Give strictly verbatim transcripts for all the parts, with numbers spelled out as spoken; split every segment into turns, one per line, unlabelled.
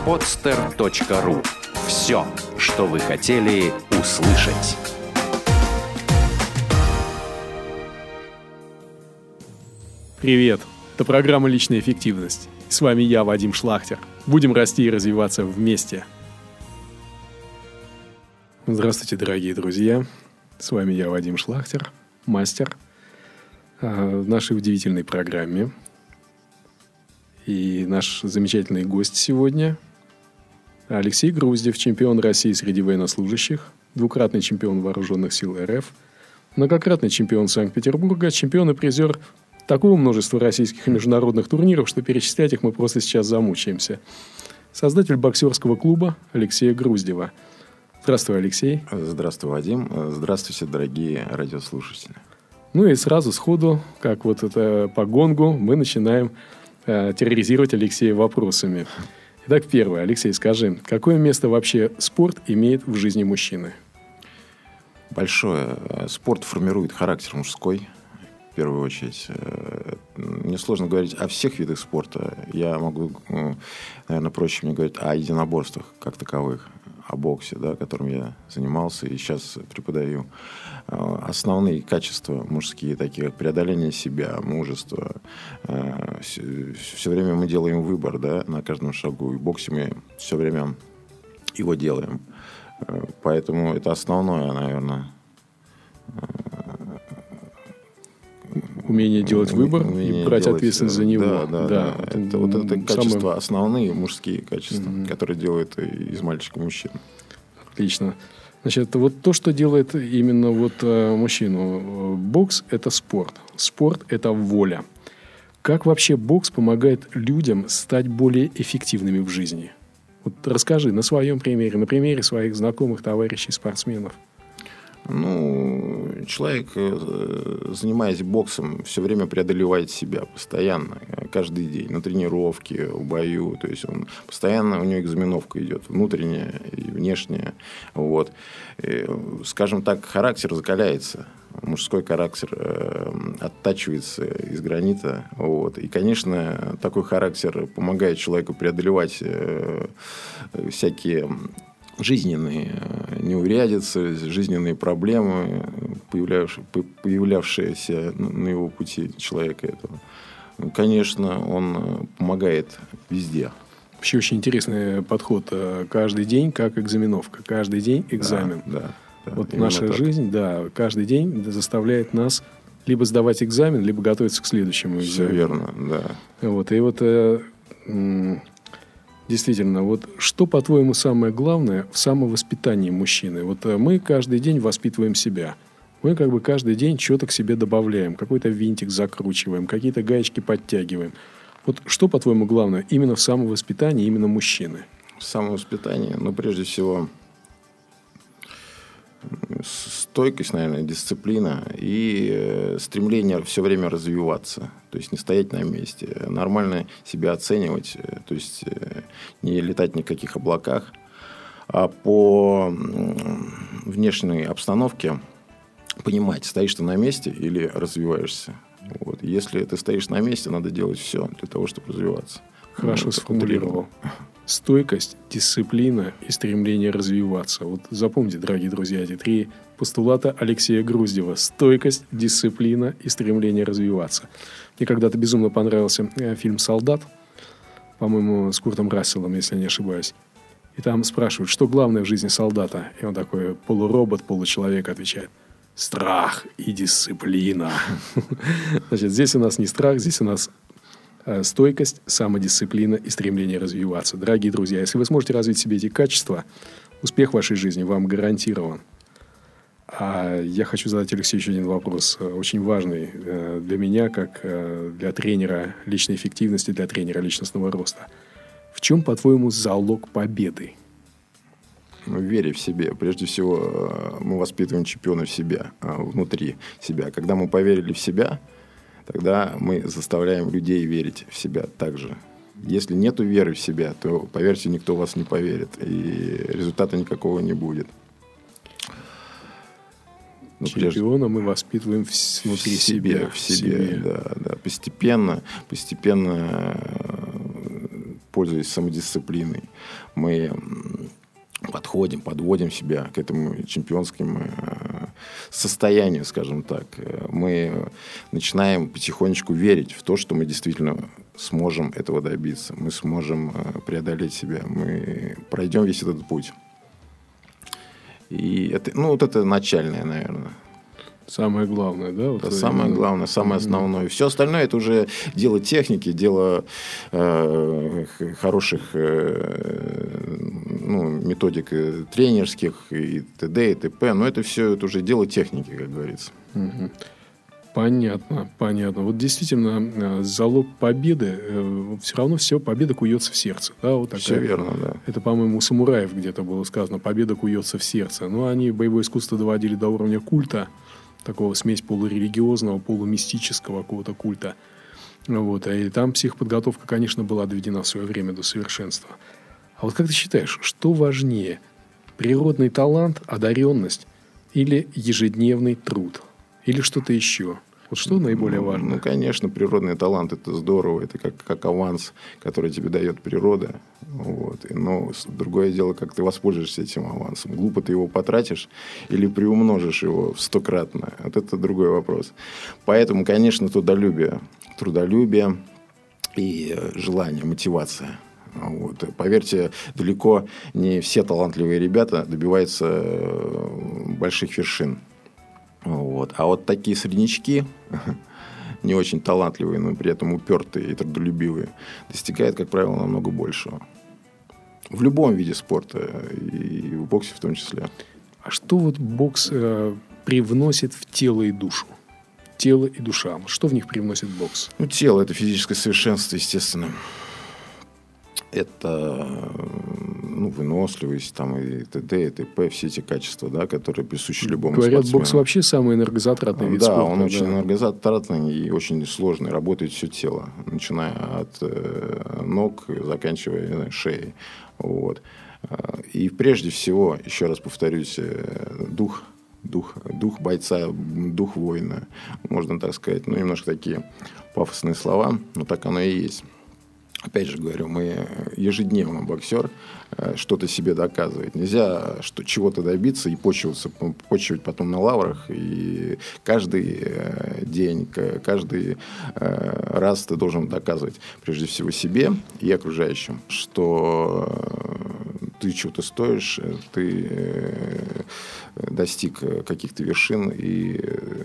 подстер точка ру. Все, что вы хотели услышать.
Привет! Это программа «Личная эффективность». С вами я, Вадим Шлахтер. Будем расти и развиваться вместе. Здравствуйте, дорогие друзья. С вами я, Вадим Шлахтер, мастер в нашей удивительной программе. И наш замечательный гость сегодня Алексей Груздев, чемпион России среди военнослужащих, двукратный чемпион Вооруженных сил РФ, многократный чемпион Санкт-Петербурга, чемпион и призер такого множества российских и международных турниров, что перечислять их мы просто сейчас замучаемся. Создатель боксерского клуба Алексея Груздева. Здравствуй, Алексей.
Здравствуй, Вадим. Здравствуйте, дорогие радиослушатели.
Ну и сразу сходу, как вот это по гонгу, мы начинаем э, терроризировать Алексея вопросами. Итак, первое. Алексей, скажи, какое место вообще спорт имеет в жизни мужчины?
Большое. Спорт формирует характер мужской. В первую очередь. Мне сложно говорить о всех видах спорта. Я могу, наверное, проще мне говорить о единоборствах как таковых, о боксе, да, которым я занимался и сейчас преподаю. Основные качества мужские, такие как преодоление себя, мужество. Все, все время мы делаем выбор, да, на каждом шагу. И в боксе мы все время его делаем. Поэтому это основное, наверное.
Умение делать выбор
умение
и брать
делать,
ответственность за него.
Да, да,
да.
да. Это, это, вот это качества,
самое...
основные мужские качества, mm-hmm. которые делают из мальчика мужчину.
Отлично. Значит, вот то, что делает именно вот э, мужчину. Бокс – это спорт. Спорт – это воля. Как вообще бокс помогает людям стать более эффективными в жизни? Вот расскажи на своем примере, на примере своих знакомых, товарищей, спортсменов.
Ну, человек, занимаясь боксом, все время преодолевает себя постоянно, каждый день, на тренировке, в бою. То есть он постоянно, у него экзаменовка идет, внутренняя и внешняя. Вот. И, скажем так, характер закаляется. Мужской характер э, оттачивается из гранита. Вот. И, конечно, такой характер помогает человеку преодолевать э, всякие... жизненные неурядицы, жизненные проблемы, появлявшие, появлявшиеся на его пути человека этого. Конечно, он помогает везде.
Вообще очень интересный подход. Каждый день как экзаменовка. Каждый день экзамен.
Да, да, да,
вот наша
так.
жизнь, да, каждый день заставляет нас либо сдавать экзамен, либо готовиться к следующему экзамену.
Все верно, да.
Вот, и вот... Э, м- Действительно, вот что, по-твоему, самое главное в самовоспитании мужчины? Вот мы каждый день воспитываем себя. Мы как бы каждый день что-то к себе добавляем, какой-то винтик закручиваем, какие-то гаечки подтягиваем. Вот что, по-твоему, главное именно в самовоспитании именно мужчины?
Самовоспитание, ну, прежде всего, стойкость, наверное, дисциплина и стремление все время развиваться. То есть не стоять на месте, нормально себя оценивать, то есть не летать ни в каких облаках, а по внешней обстановке понимать, стоишь ты на месте или развиваешься. Вот. Если ты стоишь на месте, надо делать все для того, чтобы развиваться.
Хорошо
ну,
сформулировал. Стойкость, дисциплина и стремление развиваться. Вот запомните, дорогие друзья, эти три постулата Алексея Груздева. Стойкость, дисциплина и стремление развиваться. Мне когда-то безумно понравился фильм «Солдат», по-моему, с Куртом Расселом, если не ошибаюсь. И там спрашивают, что главное в жизни солдата. И он такой полуробот, получеловек отвечает: страх и дисциплина. Значит, здесь у нас не страх, здесь у нас стойкость, самодисциплина и стремление развиваться. Дорогие друзья, если вы сможете развить в себе эти качества, успех в вашей жизни вам гарантирован. А я хочу задать Алексею еще один вопрос, очень важный для меня, как для тренера личной эффективности, для тренера личностного роста. В чем, по-твоему, залог победы?
В вере в себе. Прежде всего, мы воспитываем чемпиона в себя, внутри себя. Когда мы поверили в себя, тогда мы заставляем людей верить в себя также. Если нет веры в себя, то, поверьте, никто в вас не поверит. И результата никакого не будет.
Но чемпиона прежде... мы воспитываем в... внутри
в себе,
себя.
В себе, в себе. Да, да. Постепенно, постепенно пользуясь самодисциплиной, мы подходим, подводим себя к этому чемпионскому состоянию, скажем так. Мы начинаем потихонечку верить в то, что мы действительно сможем этого добиться. Мы сможем преодолеть себя. Мы пройдем весь этот путь. И это, ну, вот это начальное, наверное.
Самое главное, да? Вот
это самое главное, самое основное. Mm-hmm. Все остальное это уже дело техники, дело э, хороших э, ну, методик тренерских и т.д. и т.п. Но это все это уже дело техники, как говорится.
Mm-hmm. Понятно, понятно. Вот действительно залог победы, э, все равно все, победа куется в сердце. Да? Вот такая,
все верно, да.
Это, по-моему, у самураев где-то было сказано, победа куется в сердце. Но они боевое искусство доводили до уровня культа, такого смесь полурелигиозного, полумистического какого-то культа. Вот. И там психоподготовка, конечно, была доведена в свое время до совершенства. А вот как ты считаешь, что важнее? Природный талант, одаренность или ежедневный труд? Или что-то еще? Вот что наиболее важно?
Ну, конечно, природный талант – это здорово. Это как, как аванс, который тебе дает природа. Вот. Но другое дело, как ты воспользуешься этим авансом. Глупо ты его потратишь или приумножишь его в стократно. Вот это другой вопрос. Поэтому, конечно, трудолюбие. Трудолюбие и желание, мотивация. Вот. Поверьте, далеко не все талантливые ребята добиваются больших вершин. Вот. А вот такие среднячки, не очень талантливые, но при этом упертые и трудолюбивые, достигают, как правило, намного большего. В любом виде спорта, и в боксе в том числе.
А что вот бокс э, привносит в тело и душу? Тело и душа. Что в них привносит бокс?
Ну, тело – это физическое совершенство, естественно. Это ну, выносливость там, и т.д. и т.п. Все эти качества, да, которые присущи любому
Говорят,
спортсмену.
бокс вообще самый энергозатратный вид
да,
спорта.
Он
да,
очень
он очень
энергозатратный и очень сложный. Работает все тело, начиная от э, ног, заканчивая, не знаю, шеей. Вот. И прежде всего, еще раз повторюсь, дух, дух, дух бойца, дух воина. Можно так сказать. Ну, немножко такие пафосные слова, но так оно и есть. Опять же говорю, мы ежедневно боксер что-то себе доказывает. Нельзя что, чего-то добиться и почиваться, почивать потом на лаврах. И каждый день, каждый раз ты должен доказывать прежде всего себе и окружающим, что ты чего-то стоишь, ты достиг каких-то вершин и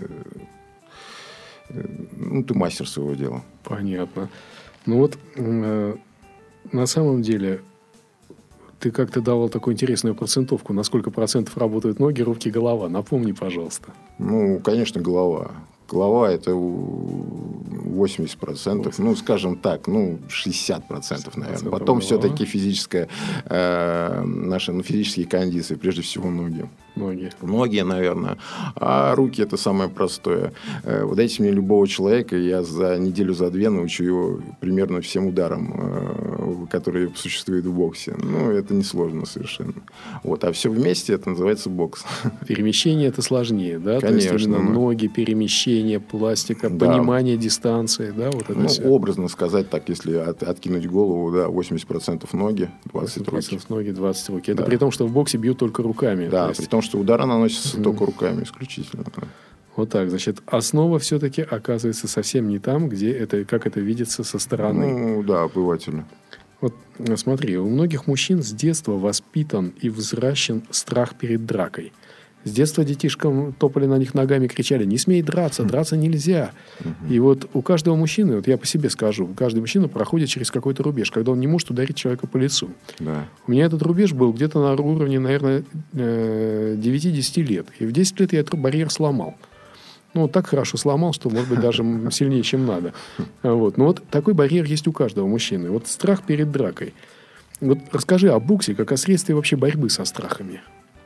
ну, ты мастер своего дела.
Понятно. Ну вот, э, на самом деле, ты как-то давал такую интересную процентовку, на сколько процентов работают ноги, руки, голова. Напомни, пожалуйста.
Ну, конечно, голова. Голова – это восемьдесят процентов. Ну, скажем так, ну, шестьдесят процентов, наверное. Потом голова. Все-таки физическая, э, наши ну, физические кондиции, прежде всего ноги.
Ноги.
Ноги, наверное. А руки – это самое простое. Вы дайте мне любого человека, я за неделю, за две научу его примерно всем ударам, которые существуют в боксе. Ну, это несложно совершенно. Вот. А все вместе это называется бокс.
Перемещение – это сложнее, да?
Конечно.
То есть, именно ноги, перемещение, пластика, да. Понимание дистанции, да? Вот это
ну,
все.
Образно сказать так, если от, откинуть голову, да, восемьдесят процентов ноги, двадцать процентов руки.
ноги, двадцать руки. Это
да.
при том, что в боксе бьют только руками.
Да,
есть...
при том, что удары наносятся mm. только руками исключительно.
Вот так, значит, основа все-таки оказывается совсем не там, где это, как это видится со стороны.
Ну, да, обывательно.
Вот смотри, у многих мужчин с детства воспитан и взращен страх перед дракой. С детства детишкам топали на них ногами, кричали: не смей драться, драться нельзя. Uh-huh. И вот у каждого мужчины, вот я по себе скажу, каждый мужчина проходит через какой-то рубеж, когда он не может ударить человека по лицу.
Да.
У меня этот рубеж был где-то на уровне, наверное, девять-десять лет. И в десять лет я этот барьер сломал. Ну, так хорошо сломал, что, может быть, даже сильнее, чем надо. Вот. Но вот такой барьер есть у каждого мужчины. Вот страх перед дракой. Вот расскажи о боксе как о средстве вообще борьбы со страхами.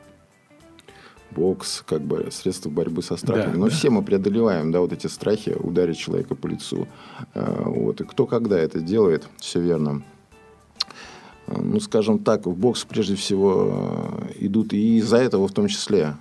Бокс, как бы средство борьбы со страхами.
Да,
Но
да.
все мы преодолеваем, да, вот эти страхи, ударить человека по лицу. Вот. И кто когда это делает, все верно. Ну, скажем так, в бокс прежде всего идут и из-за этого в том числе.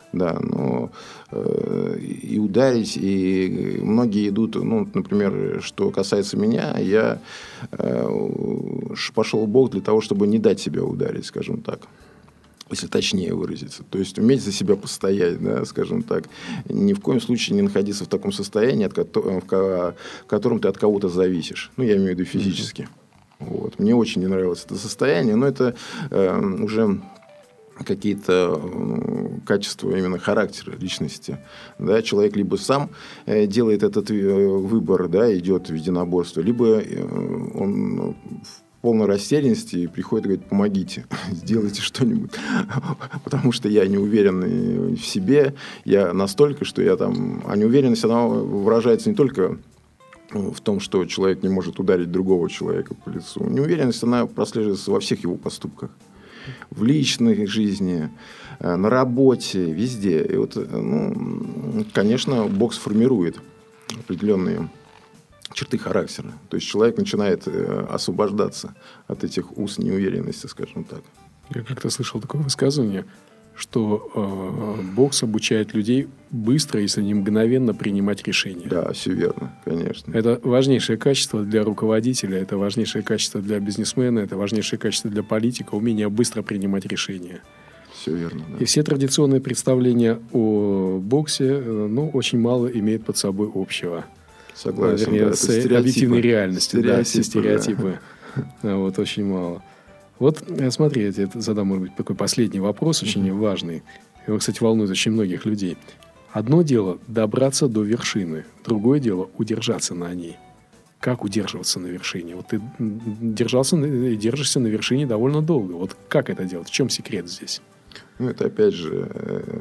Да, но э, и ударить, и многие идут, ну, например, что касается меня, я э, пошел в бокс для того, чтобы не дать себя ударить, скажем так. Если точнее выразиться. То есть, уметь за себя постоять, да, скажем так. Ни в коем случае не находиться в таком состоянии, от ко- в котором ты от кого-то зависишь. Ну, я имею в виду физически. Mm-hmm. Вот. Мне очень не нравилось это состояние, но это э, уже какие-то э, качества именно характера, личности. Да? Человек либо сам э, делает этот э, выбор, да, идет в единоборство, либо э, он... в полной растерянности и приходит и говорит: помогите, сделайте что-нибудь. Потому что я не уверен в себе. Я настолько, что я там... А неуверенность, она выражается не только в том, что человек не может ударить другого человека по лицу. Неуверенность, она прослеживается во всех его поступках. В личной жизни, на работе, везде. И вот, ну, конечно, бокс формирует определенные черты характера. То есть человек начинает э, освобождаться от этих уз неуверенности, скажем так.
Я как-то слышал такое высказывание, что э, бокс обучает людей быстро, если не мгновенно принимать решения.
Да, все верно, конечно.
Это важнейшее качество для руководителя, это важнейшее качество для бизнесмена, это важнейшее качество для политика, умение быстро принимать решения.
Все верно, да.
И все традиционные представления о боксе, ну, очень мало имеют под собой общего.
Согласен,
Вернее,
да,
с объективной реальностью.
Стереотипы,
да, все стереотипы.
Да.
Вот, очень мало. Вот, смотри, я тебе задам, может быть, такой последний вопрос, очень mm-hmm. важный. Его, кстати, волнует очень многих людей. Одно дело добраться до вершины, другое дело удержаться на ней. Как удерживаться на вершине? Вот ты держался и держишься на вершине довольно долго. Вот как это делать? В чем секрет здесь?
Ну, это, опять же,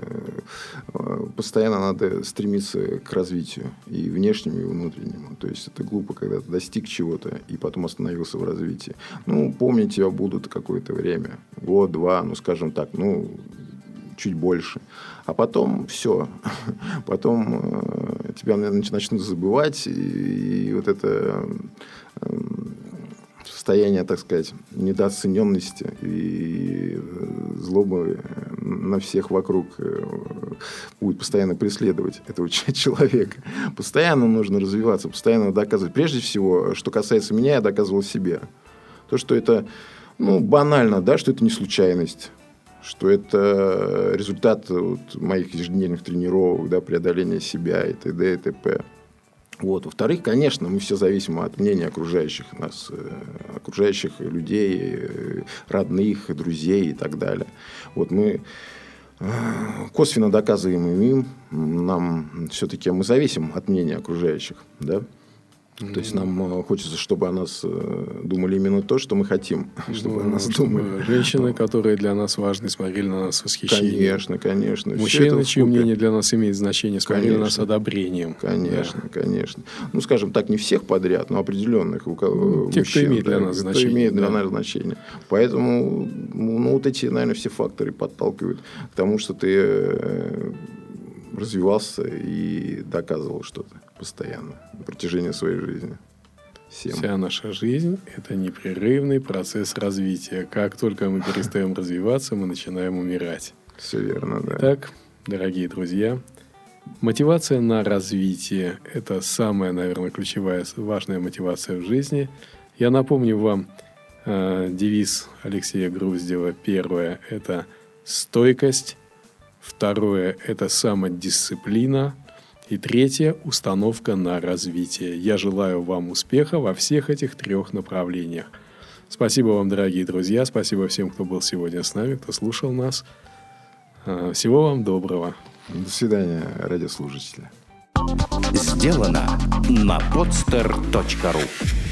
постоянно надо стремиться к развитию. И внешнему, и внутреннему. То есть, это глупо, когда ты достиг чего-то и потом остановился в развитии. Ну, помнить тебя будут какое-то время. Год, два, ну, скажем так, ну, чуть больше. А потом все. Потом э, тебя начнут забывать. И, и вот это... Э, состояние, так сказать, недооцененности и злобы на всех вокруг будет постоянно преследовать этого человека. Постоянно нужно развиваться, постоянно доказывать. Прежде всего, что касается меня, я доказывал себе. То, что это, ну, банально, да, что это не случайность, что это результат вот моих ежедневных тренировок, да, преодоления себя и т.д. и т.п. Вот. Во-вторых, конечно, мы все зависим от мнения окружающих нас, окружающих людей, родных, друзей и так далее. Вот мы косвенно доказываем им, нам все-таки мы зависим от мнения окружающих, да? Mm-hmm. То есть нам хочется, чтобы о нас думали именно то, что мы хотим, чтобы
ну,
о нас
чтобы
думали.
Женщины, которые для нас важны, смотрели на нас с восхищением.
Конечно, конечно.
Мужчины, чье мнение для нас имеет значение, смотрели
конечно.
на нас с одобрением.
Конечно, да. конечно. Ну, скажем так, не всех подряд, но определенных. У кого,
Те,
мужчин,
кто имеет для
да,
нас
кто
значение.
имеет
да.
для нас значение. Поэтому, ну, вот эти, наверное, все факторы подталкивают к тому, что ты развивался и доказывал что-то постоянно на протяжении своей жизни. Всем.
Вся наша жизнь – это непрерывный процесс развития. Как только мы перестаем развиваться, мы начинаем умирать.
Все верно, да.
Итак, дорогие друзья, мотивация на развитие – это самая, наверное, ключевая, важная мотивация в жизни. Я напомню вам э, девиз Алексея Груздева. Первое – это стойкость. Второе – это самодисциплина. И третье – установка на развитие. Я желаю вам успеха во всех этих трех направлениях. Спасибо вам, дорогие друзья. Спасибо всем, кто был сегодня с нами, кто слушал нас. Всего вам доброго.
До свидания, радиослушатели.
Сделано на подстер точка ру.